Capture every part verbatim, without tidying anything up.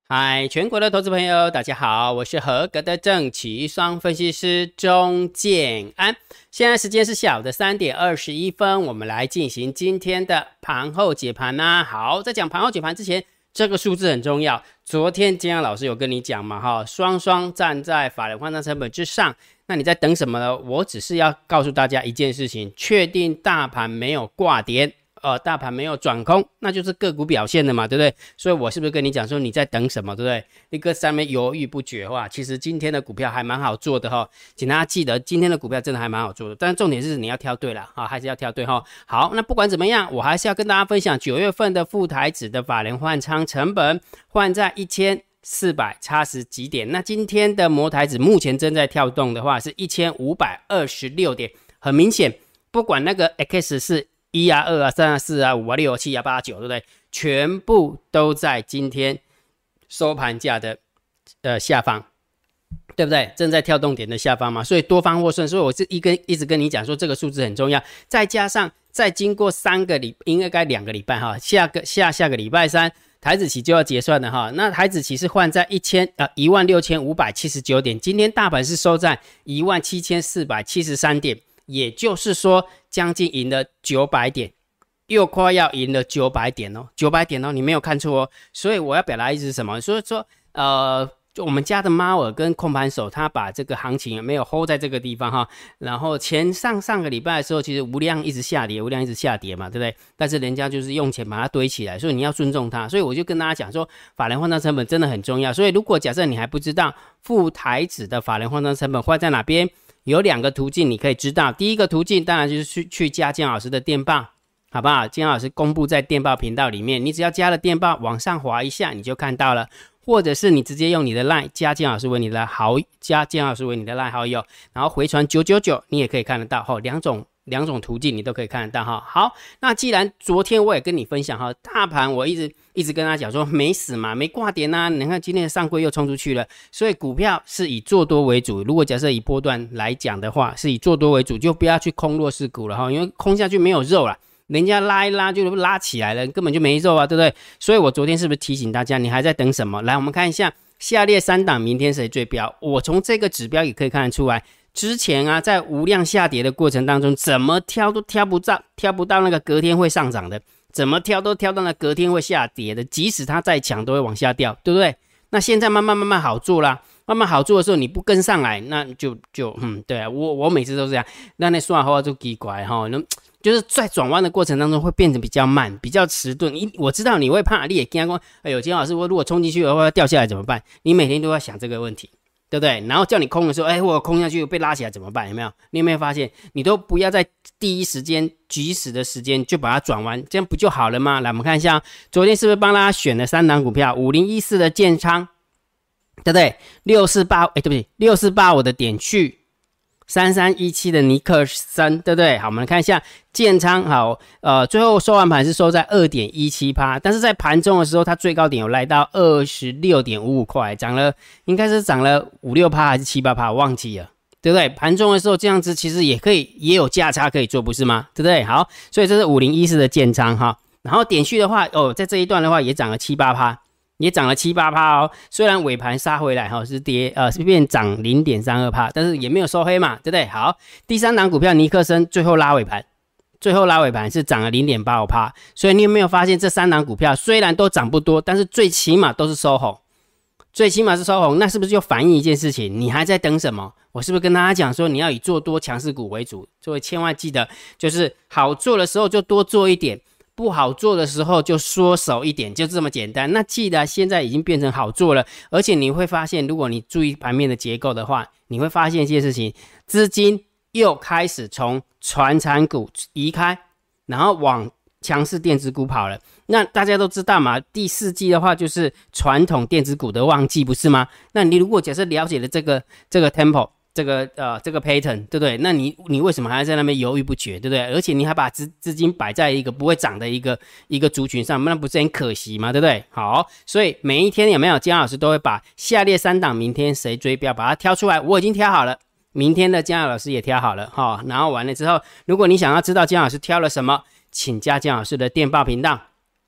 嗨，全国的投资朋友，大家好，我是合格的正奇双分析师钟建安。现在时间是下午的三点二十一分，我们来进行今天的盘后解盘啦、啊。好，在讲盘后解盘之前，这个数字很重要。昨天建安老师有跟你讲嘛，哈，双双站在法人换算成本之上。那你在等什么呢？我只是要告诉大家一件事情，确定大盘没有挂跌。呃，大盘没有转空，那就是个股表现的嘛，对不对？所以我是不是跟你讲说你在等什么，对不对？一个上面犹豫不决的话，其实今天的股票还蛮好做的哈，请大家记得今天的股票真的还蛮好做的，但是重点是你要挑对了啊，还是要挑对哈。好，那不管怎么样，我还是要跟大家分享九月份的富台指的法人换仓成本换在一千四百八十几点，那今天的摩台指目前正在跳动的话是一千五百二十六点，很明显，不管那个 X 是一啊、二啊、三啊、四啊、五啊、六啊、七啊、八啊、九，对不对？全部都在今天收盘价的呃下方，对不对？正在跳动点的下方嘛，所以多方获胜。所以我是一跟一直跟你讲说，这个数字很重要。再加上再经过三个礼，应该该两个礼拜哈，下个下下个礼拜三，台指期就要结算了哈。那台指期是换在一千呃一万六千五百七十九点，今天大盘是收在一万七千四百七十三点。也就是说，将近赢了九百点，又快要赢了九百点哦，九百点哦，你没有看错哦。所以我要表达意思是什么？所以说，呃，就我们家的猫耳跟控盘手，他把这个行情没有 hold 在这个地方哈。然后前上上个礼拜的时候，其实无量一直下跌，无量一直下跌嘛，对不对？但是人家就是用钱把它堆起来，所以你要尊重它。所以我就跟大家讲说，法人换算成本真的很重要。所以如果假设你还不知道富台指的法人换算成本换在哪边？有两个途径你可以知道，第一个途径当然就是去去加建老师的电报，好不好？建老师公布在电报频道里面，你只要加了电报往上滑一下你就看到了，或者是你直接用你的 LINE 加建老师为你的好加建老师为你的 LINE 好友，然后回传九九九，你也可以看得到哈，两种两种途径你都可以看得到哈。好，那既然昨天我也跟你分享哈，大盘我一直一直跟他讲说没死嘛，没挂点啊，你看今天的上柜又冲出去了，所以股票是以做多为主。如果假设以波段来讲的话，是以做多为主，就不要去空弱势股了哈，因为空下去没有肉啦，人家拉一拉就拉起来了，根本就没肉啊，对不对？所以我昨天是不是提醒大家，你还在等什么？来，我们看一下下列三档明天谁最标？我从这个指标也可以看得出来。之前啊，在无量下跌的过程当中，怎么挑都挑不到，挑不到那个隔天会上涨的，怎么挑都挑到那隔天会下跌的，即使它再强都会往下掉，对不对？那现在慢慢慢慢好做啦，慢慢好做的时候，你不跟上来，那就就嗯，对啊，我我每次都这样，那那算话就奇怪哈，就是在转弯的过程当中会变得比较慢，比较迟钝。你我知道你会怕，你也惊说，哎呦，金老师，我如果冲进去的话掉下来怎么办？你每天都要想这个问题。对不对？然后叫你空的时候，哎，我空下去被拉起来怎么办？有没有？你有没有发现，你都不要在第一时间、及时的时间就把它转弯，这样不就好了吗？来，我们看一下，昨天是不是帮大家选了三档股票？五零一四的建昌，对不对？六四八，哎，对不起，六四八我的点去。三三一七的尼克森，对不对？好，我们来看一下建昌，好，呃，最后收完盘是收在 二点一七趴， 但是在盘中的时候，它最高点有来到 二十六点五五块，涨了，应该是涨了 五六趴还是 七八趴， 忘记了，对不对？盘中的时候这样子其实也可以，也有价差可以做，不是吗？对不对？好，所以这是五零一四的建昌哈，然后点序的话，哦，在这一段的话也涨了 七八趴。也涨了 七八趴 哦，虽然尾盘杀回来哈、哦、是跌呃是变涨 零点三二趴， 但是也没有收黑嘛，对不对？好，第三档股票尼克森最后拉尾盘，最后拉尾盘是涨了 零点八五趴， 所以你有没有发现这三档股票虽然都涨不多，但是最起码都是收红，最起码是收红，那是不是就反映一件事情？你还在等什么？我是不是跟大家讲说你要以做多强势股为主？所以千万记得，就是好做的时候就多做一点，不好做的时候就缩手一点，就这么简单。那既然现在已经变成好做了，而且你会发现，如果你注意盘面的结构的话，你会发现一件事情，资金又开始从传产股移开，然后往强势电子股跑了。那大家都知道嘛，第四季的话就是传统电子股的旺季，不是吗？那你如果假设了解了这个这个 tempo，这个呃这个 pattern， 对不对？那你你为什么还在那边犹豫不决，对不对？而且你还把资资金摆在一个不会涨的一个一个族群上，那不是很可惜吗？对不对？好，所以每一天有没有姜老师都会把下列三档明天谁追标把它挑出来，我已经挑好了，明天的姜老师也挑好了哈、哦。然后完了之后，如果你想要知道姜老师挑了什么，请加姜老师的电报频道。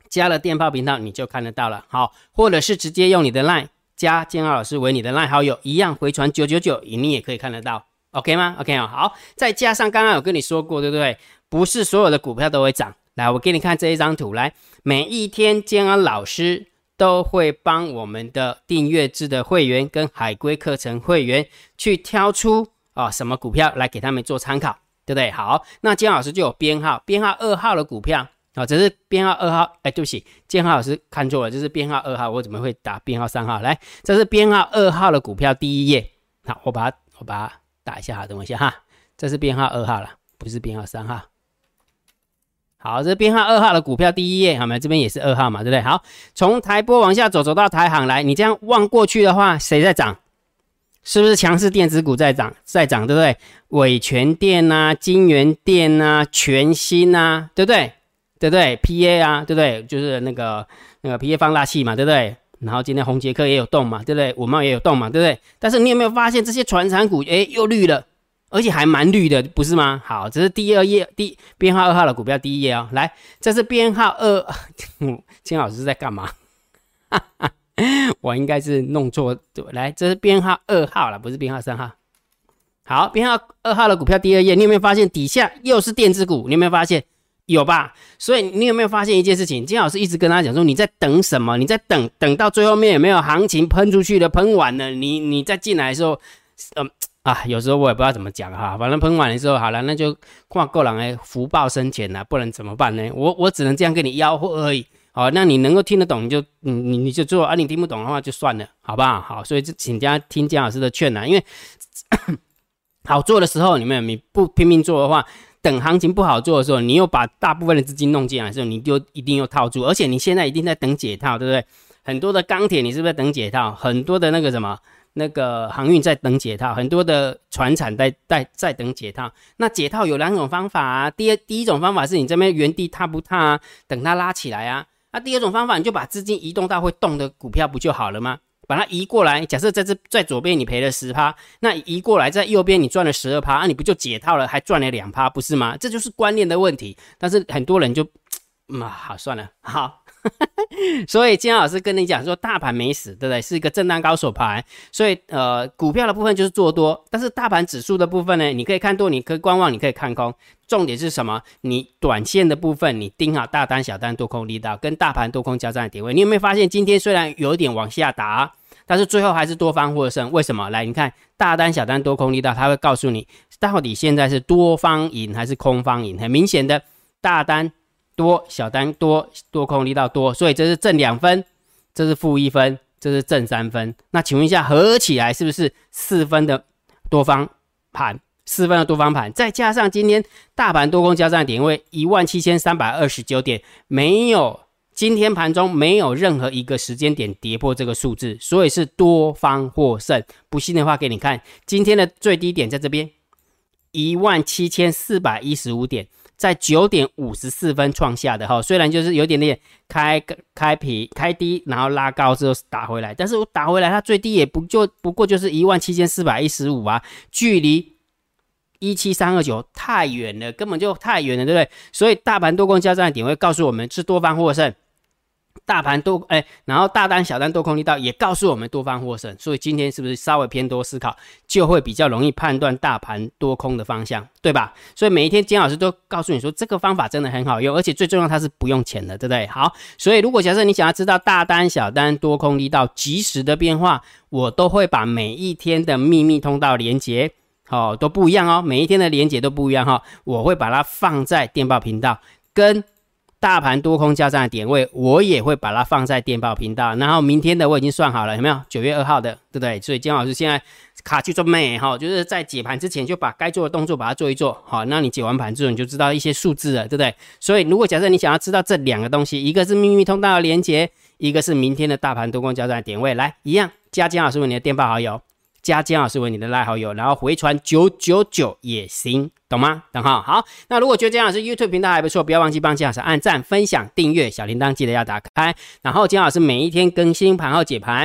加了电报频道你就看得到了。好，或者是直接用你的 LINE 加建浩老师为你的 LINE 好友，一样回传九九九，你也可以看得到。OK 吗 ？OK 哦，好，再加上刚刚有跟你说过，对不对？不是所有的股票都会涨。来，我给你看这一张图，来，每一天建浩老师都会帮我们的订阅制的会员跟海龟课程会员去挑出啊、哦、什么股票来给他们做参考，对不对？好，那建浩老师就有编号，编号二号的股票啊、哦，这是编号二号，哎，对不起，建浩老师看错了，这是编号二号，我怎么会打编号三号？来，这是编号二号的股票第一页，好，我把它我把它打一下哈，等我一下哈，这是编号二号了，不是编号三号。好，这是编号二号的股票第一页，好吗？这边也是二号嘛，对不对？好，从台波往下走，走到台航来，你这样望过去的话，谁在涨？是不是强势电子股在涨？在涨，对不对？伟全电啊，金源电啊，全新啊，对不对？对不对 ？P A 啊，对不对？就是那个那个 P A 放大器嘛，对不对？然后今天宏捷科也有动嘛，对不对？五茂也有动嘛，对不对？但是你有没有发现这些传产股，哎，又绿了？而且还蛮绿的，不是吗？好，这是第二页，第编号二号的股票第一页哦。来，这是编号二，金老师在干嘛？我应该是弄错，对，来，这是编号二号了，不是编号三号。好，编号二号的股票第二页，你有没有发现底下又是电子股？你有没有发现？有吧？所以你有没有发现一件事情？金老师一直跟他讲说，你在等什么？你在等，等到最后面有没有行情喷出去的？喷完了，你你再进来的时候，嗯。啊，有时候我也不知道怎么讲哈，反正喷完的时候好了，那就看个人的福报深浅了，不然怎么办呢？我我只能这样跟你吆喝而已。好、哦，那你能够听得懂你就你你你就做啊，你听不懂的话就算了，好不好？好，所以请大家听姜老师的劝啦，因为好做的时候，你们你不拼命做的话，等行情不好做的时候，你又把大部分的资金弄进来的时候，你就一定又套住，而且你现在一定在等解套，对不对？很多的钢铁你是不是在等解套？很多的那个什么？那个航运在等解套，很多的传产在在在等解套。那解套有两种方法啊，第二第一种方法是你这边原地踏不踏啊，等它拉起来啊。那、啊、第二种方法你就把资金移动到会动的股票不就好了吗？把它移过来，假设在这在左边你赔了 百分之十， 那移过来在右边你赚了 百分之十二， 啊你不就解套了，还赚了 百分之二 不是吗？这就是观念的问题。但是很多人就嗯好算了，好。所以今天老师跟你讲说，大盘没死，对不对？是一个震荡高手盘，所以呃，股票的部分就是做多，但是大盘指数的部分呢，你可以看多，你可以观望，你可以看空。重点是什么？你短线的部分，你盯好大单、小单、多空力道，跟大盘多空交战的点位。你有没有发现，今天虽然有一点往下打，但是最后还是多方获胜？为什么？来，你看大单、小单、多空力道，它会告诉你到底现在是多方赢还是空方赢。很明显的，大单多，小单多，多空力道多，所以这是正两分，这是负一分，这是正三分。那请问一下，合起来是不是四分的多方盘？四分的多方盘，再加上今天大盘多空交战点位一万七千三百二十九点，没有今天盘中没有任何一个时间点跌破这个数字，所以是多方获胜。不信的话给你看，今天的最低点在这边一万七千四百一十五点。在九点五十四分创下的哈，虽然就是有点点开开平开低，然后拉高之后打回来，但是我打回来它最低也不就不过就是一万七千四百一十五啊，距离一七三二九太远了，根本就太远了，对不对？所以大盘多空交战的点会告诉我们是多方获胜。大盘多哎，然后大单小单多空力道也告诉我们多方获胜，所以今天是不是稍微偏多思考，就会比较容易判断大盘多空的方向，对吧？所以每一天金老师都告诉你说这个方法真的很好用，而且最重要它是不用钱的，对不对？好，所以如果假设你想要知道大单小单多空力道即时的变化，我都会把每一天的秘密通道连结哦都不一样哦，每一天的连结都不一样哈、哦，我会把它放在电报频道跟大盘多空交战的点位，我也会把它放在电报频道。然后明天的我已经算好了，有没有？九月二号的，对不对？所以姜老师现在卡去做美哈，就是在解盘之前就把该做的动作把它做一做。好，那你解完盘之后你就知道一些数字了，对不对？所以如果假设你想要知道这两个东西，一个是秘密通道的连结，一个是明天的大盘多空交战的点位，来一样加姜老师为你的电报好友，加姜老师为你的赖好友，然后回传九九九也行。懂吗？等好，好。那如果觉得姜老师 YouTube 频道还不错，不要忘记帮姜老师按赞、分享、订阅，小铃铛记得要打开。然后姜老师每一天更新盘后解盘，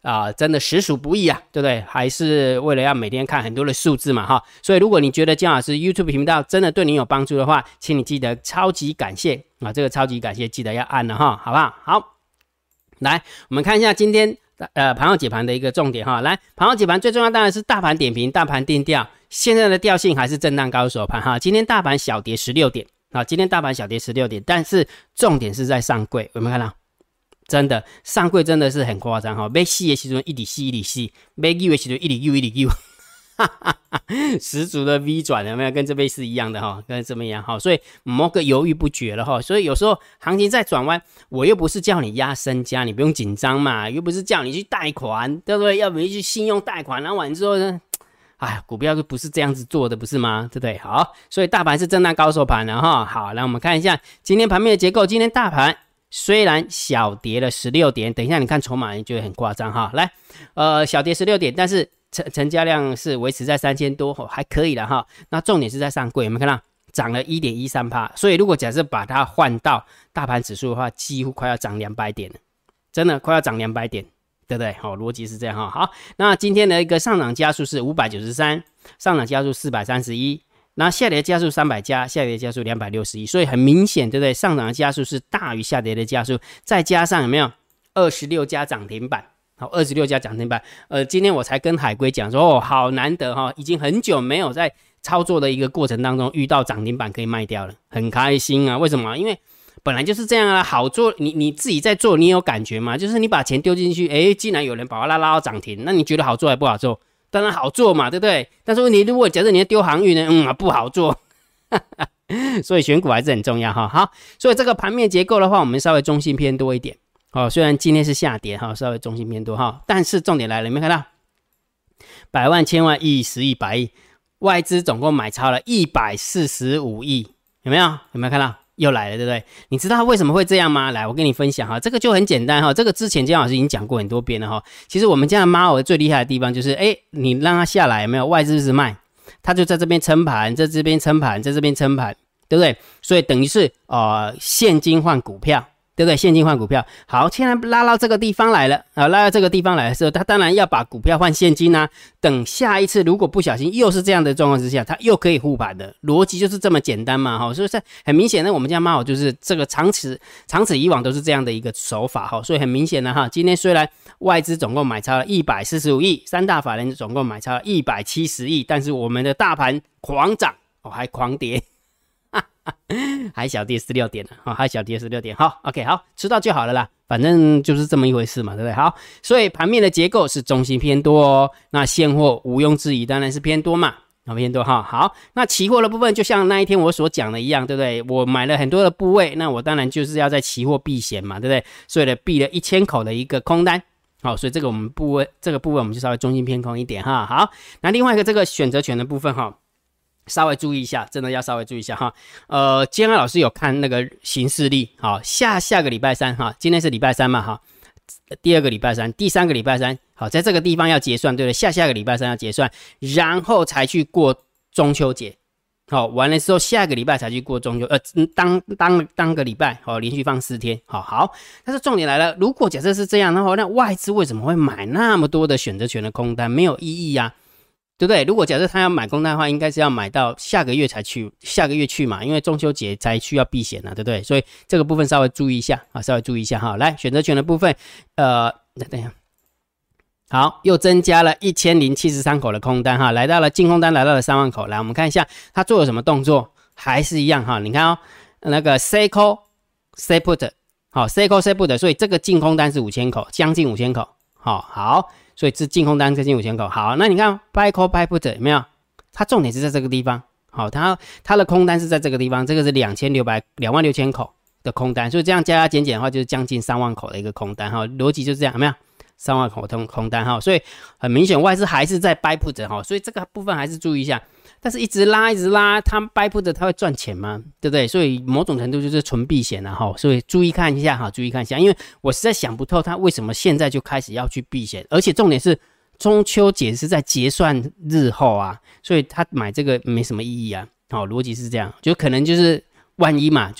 啊、呃，真的实属不易啊，对不对？还是为了要每天看很多的数字嘛哈，所以如果你觉得姜老师 YouTube 频道真的对你有帮助的话，请你记得超级感谢啊，这个超级感谢记得要按了哈，好不好？好，来我们看一下今天呃盘后解盘的一个重点哈，来盘后解盘最重要当然是大盘点评、大盘定调，现在的调性还是震荡高手盘哈，今天大盘小跌十六点。好，今天大盘小跌十六点，但是重点是在上柜，有没有看到？真的上柜真的是很夸张哈，被吸的时候一里吸一里吸，被丢的时候一里丢一里丢，十足的 V 转有没有？跟这边是一样的哈，跟这边一样哈，所以某个犹豫不决了哈，所以有时候行情在转弯，我又不是叫你压身家，你不用紧张嘛，又不是叫你去贷款，对不对？要不然去信用贷款，然后完之后呢？哎，股票就不是这样子做的，不是吗？对不对？好，所以大盘是震荡高手盘了哈。好，来我们看一下今天盘面的结构。今天大盘虽然小跌了十六点，等一下你看筹码，你觉得很夸张哈。来，呃，小跌十六点，但是成成交量是维持在三千多，还可以了哈。那重点是在上柜，有没有看到涨了 一点一三%？所以如果假设把它换到大盘指数的话，几乎快要涨两百点了，真的快要涨两百点。对不对？好、哦，逻辑是这样哈。好，那今天的一个上涨加速是五百九十三，上涨加速四百三十一，那下跌的加速三百加，下跌的加速两百六十一，所以很明显，对不对？上涨的加速是大于下跌的加速，再加上有没有二十六家涨停板？好，二十六家涨停板。呃，今天我才跟海龟讲说，哦，好难得哈、哦，已经很久没有在操作的一个过程当中遇到涨停板可以卖掉了，很开心啊。为什么？因为本来就是这样啊，好做，你你自己在做，你也有感觉嘛？就是你把钱丢进去，诶，竟然有人把它拉拉到涨停，那你觉得好做还不好做？当然好做嘛，对不对？但是问题，如果假设你要丢航运呢，嗯，不好做。所以选股还是很重要哈。好，所以这个盘面结构的话，我们稍微中性偏多一点。哦，虽然今天是下跌哈，稍微中性偏多哈，但是重点来了，有没有看到？百万、千万、亿、十亿、百亿，外资总共买超了一百四十五亿，有没有？有没有看到？又来了，对不对？你知道为什么会这样吗？来，我跟你分享哈，这个就很简单哈。这个之前姜老师已经讲过很多遍了哈。其实我们家的猫儿最厉害的地方就是，哎，你让它下来，有没有外资是卖，它就在这边撑盘，在这边撑盘，在这边撑盘，对不对？所以等于是呃现金换股票。对不对？现金换股票，好，现在拉到这个地方来了啊，拉到这个地方来的时候，他当然要把股票换现金啊。等下一次如果不小心又是这样的状况之下，他又可以护盘的，逻辑就是这么简单嘛，哈。所以很明显呢，我们家猫就是这个长此长此以往都是这样的一个手法哈。所以很明显的哈，今天虽然外资总共买超了一百四十五亿，三大法人总共买超了一百七十亿，但是我们的大盘狂涨哦，还狂跌。还小跌十六点了、哦、还小跌十六点。好 OK 好，知道就好了啦，反正就是这么一回事嘛，对不对？好，所以盘面的结构是中性偏多哦，那现货毋庸置疑当然是偏多嘛，偏多哈。好，那期货的部分就像那一天我所讲的一样，对不对？我买了很多的部位，那我当然就是要在期货避险嘛，对不对？所以呢避了一千口的一个空单。好，所以这个我们部位这个部分我们就稍微中性偏空一点哈。好，那另外一个这个选择权的部分哈，稍微注意一下，真的要稍微注意一下哈。呃，今天老师有看那个行事历，好，下下个礼拜三哈，今天是礼拜三嘛哈，第二个礼拜三，第三个礼拜三，好，在这个地方要结算，对不对？下下个礼拜三要结算，然后才去过中秋节。好，完了之后下个礼拜才去过中秋，呃，当当当个礼拜，好，连续放四天，好好。但是重点来了，如果假设是这样的话，那外资为什么会买那么多的选择权的空单？没有意义啊。对不对？如果假设他要买空单的话，应该是要买到下个月才去，下个月去嘛，因为中秋节才需要避险啊，对不对？所以这个部分稍微注意一下啊，稍微注意一下哈。来，选择权的部分，呃，等一下，好，又增加了一千零七十三口的空单哈，来到了净空单来到了三万口。来，我们看一下他做了什么动作，还是一样哈。你看哦，那个 C call C put， 好 C call C put， 所以这个净空单是五千口，将近五千口，好好。所以是净空单接近五千口。好，那你看 buy call buy put 有没有？它重点是在这个地方。好，它它的空单是在这个地方，这个是两千六百两万六千口的空单，所以这样加加减减的话，就是将近三万口的一个空单哈。逻辑就是这样，有没有？三万口空空单哈，所以很明显外资还是在 buy put 哈，所以这个部分还是注意一下。但是一直拉一直拉，他 buy put 他会赚钱吗？对不对？所以某种程度就是纯避险啊哈，所以注意看一下哈，注意看一下，因为我实在想不透他为什么现在就开始要去避险，而且重点是中秋节是在结算日后啊，所以他买这个没什么意义啊。好，逻辑是这样，就可能就是万一嘛，就是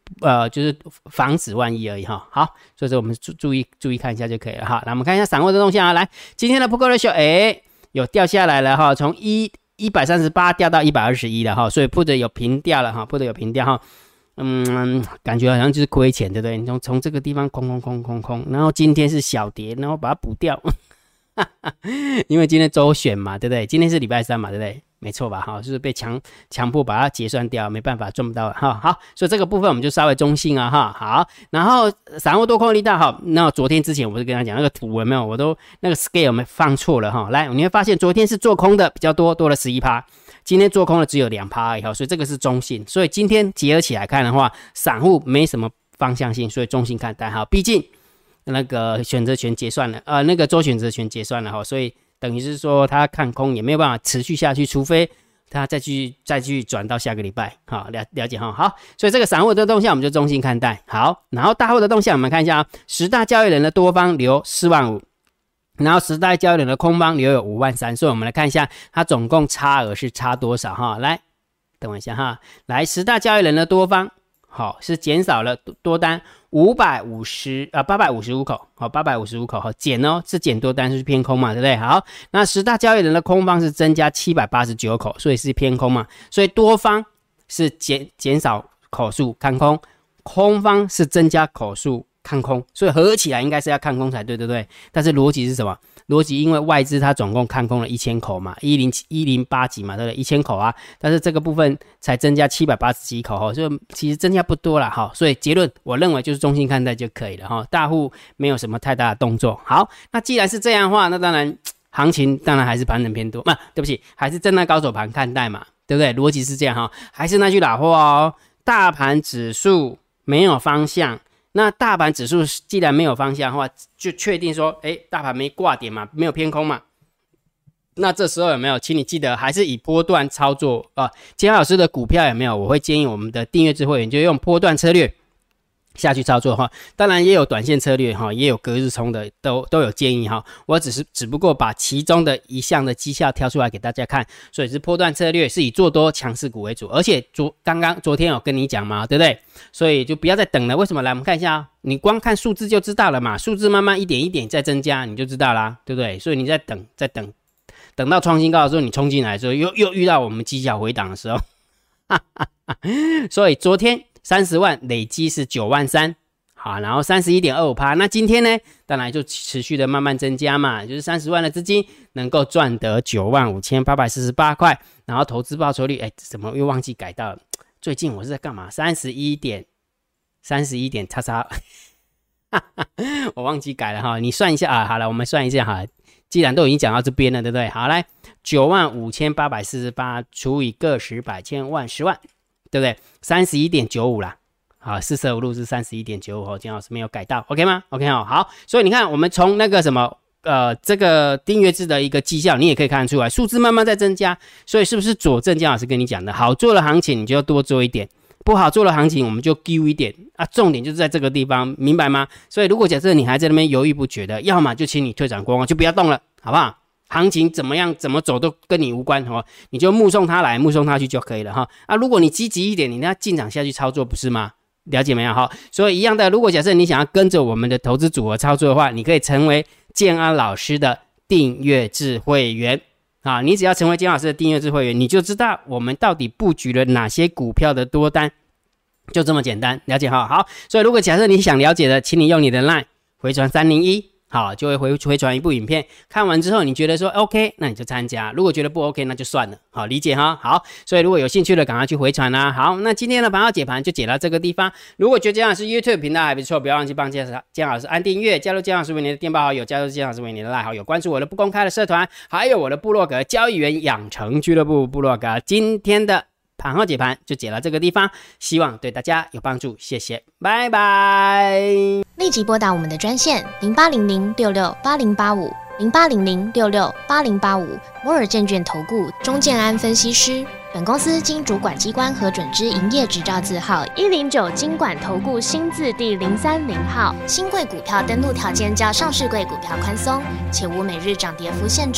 呃，就是防止万一而已哈。好，所以说我们注注意注意看一下就可以了哈。来，我们看一下散户的动向啊。来，今天的 Put Ratio 哎有掉下来了哈，从一一百三十八掉到一百二十一了哈，所以 Put 有平掉了哈 ，Put 有平掉哈。嗯，感觉好像就是亏钱，对不对？你从从这个地方空空空空空，然后今天是小跌，然后把它补掉，因为今天周选嘛，对不对？今天是礼拜三嘛，对不对？没错吧？哈，就是被强强迫把它结算掉，没办法赚不到了哈。好，所以这个部分我们就稍微中性啊哈。好，然后散户多空力道哈，那昨天之前我就跟他讲那个图有没有，我都那个 scale 没放错了哈。来，你会发现昨天是做空的比较多，多了 百分之十一。今天做空的只有 百分之二 而已，所以这个是中性。所以今天结合起来看的话，散户没什么方向性，所以中性看待哈。毕竟那个选择权结算了，呃，那个周选择权结算了哈，所以等于是说他看空也没有办法持续下去，除非他再去再去转到下个礼拜。好，了了解哈。好，所以这个散户的动向我们就中性看待。好，然后大户的动向我们看一下啊，十大交易人的多方留四万五。然后十大交易人的空方留有五万三，所以我们来看一下它总共差额是差多少哈。来，等我一下哈。来，十大交易人的多方好是减少了多单五百五十啊八百五十五口，好八百五十五口，好减哦，是减多单是偏空嘛，对不对？好，那十大交易人的空方是增加七百八十九口，所以是偏空嘛，所以多方是减减少口数看空，空方是增加口数看空，所以合起来应该是要看空才对，对不对？但是逻辑是什么？逻辑因为外资它总共看空了一千口嘛，一零八几嘛，对不对？一千口啊，但是这个部分才增加七百八十几口哈，所以其实增加不多啦哈，所以结论我认为就是中性看待就可以了哈，大户没有什么太大的动作。好，那既然是这样的话，那当然行情当然还是盘整偏多，嘛，对不起，还是震荡高手盘看待嘛，对不对？逻辑是这样哈，还是那句老话哦，大盘指数没有方向。那大盘指数既然没有方向的话，就确定说，哎，大盘没挂点嘛，没有偏空嘛。那这时候有没有，请你记得还是以波段操作啊。建安老师的股票有没有？我会建议我们的订阅制会员就用波段策略下去操作哈，当然也有短线策略哈，也有隔日冲的，都都有建议哈。我只是只不过把其中的一项的绩效挑出来给大家看，所以是波段策略是以做多强势股为主，而且昨刚刚昨天有跟你讲嘛，对不对？所以就不要再等了。为什么？来我们看一下，你光看数字就知道了嘛，数字慢慢一点一点再增加，你就知道啦，对不对？所以你在等，在等，等到创新高的时候，你冲进来的时候，又又遇到我们绩效回档的时候，哈哈哈。所以昨天。三十万累积是九万三，好，然后 三十一点二五趴， 那今天呢当然就持续的慢慢增加嘛，就是三十万的资金能够赚得九万五千八百四十八块，然后投资报酬率哎怎么又忘记改到了，最近我是在干嘛？ 三十一点三十一点叉叉我忘记改了哈，你算一下啊，好了，我们算一下哈，既然都已经讲到这边了，对不对？好，来九万五千八百四十八除以个十百千万十万，对不对？ 三十一点九五 啦，好，四舍五入是 三十一点九五， 金老师没有改到 OK 吗？ OK 好，好，所以你看我们从那个什么呃这个订阅制的一个绩效你也可以看得出来，数字慢慢在增加，所以是不是佐证姜老师跟你讲的，好做的行情你就要多做一点，不好做的行情我们就丢一点啊，重点就是在这个地方，明白吗？所以如果假设你还在那边犹豫不决的，要么就请你退场观望，就不要动了，好不好？行情怎么样怎么走都跟你无关哦，你就目送它来目送它去就可以了哈。啊，如果你积极一点，你要进场下去操作不是吗？了解没有哈？所以一样的，如果假设你想要跟着我们的投资组合操作的话，你可以成为建安老师的订阅制会员啊。你只要成为建安老师的订阅制会员，你就知道我们到底布局了哪些股票的多单，就这么简单，了解哈？好，所以如果假设你想了解的，请你用你的 LINE 回传三零一。好，就会 回, 回传一部影片，看完之后你觉得说 OK， 那你就参加，如果觉得不 OK 那就算了，好，理解哈。好，所以如果有兴趣的赶快去回传啦。好，那今天的盘后解盘就解到这个地方，如果觉得姜老师 YouTube 频道还不错，不要忘记帮姜老师按订阅，加入姜老师为你的电报好友，加入姜老师为你的赖好友，关注我的不公开的社团，还有我的部落格交易员养成俱乐部部落格。今天的盘后解盘就解到这个地方，希望对大家有帮助，谢谢，拜拜。 立即拨打我们的专线零八零零六六八零八五 零八零零六六八零八五摩尔证券投顾钟建安分析师。本公司经主管机关核准之营业执照字号一零九金管投顾新字第零三零号。新贵股票登录条件较上市贵股票宽松，且无每日涨跌幅限制。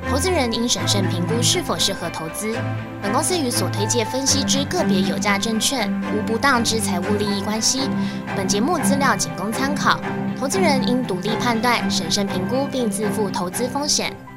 投资人应审慎评估是否适合投资。本公司与所推介分析之个别有价证券无不当之财务利益关系。本节目资料仅供参考，投资人应独立判断、审慎评估并自负投资风险。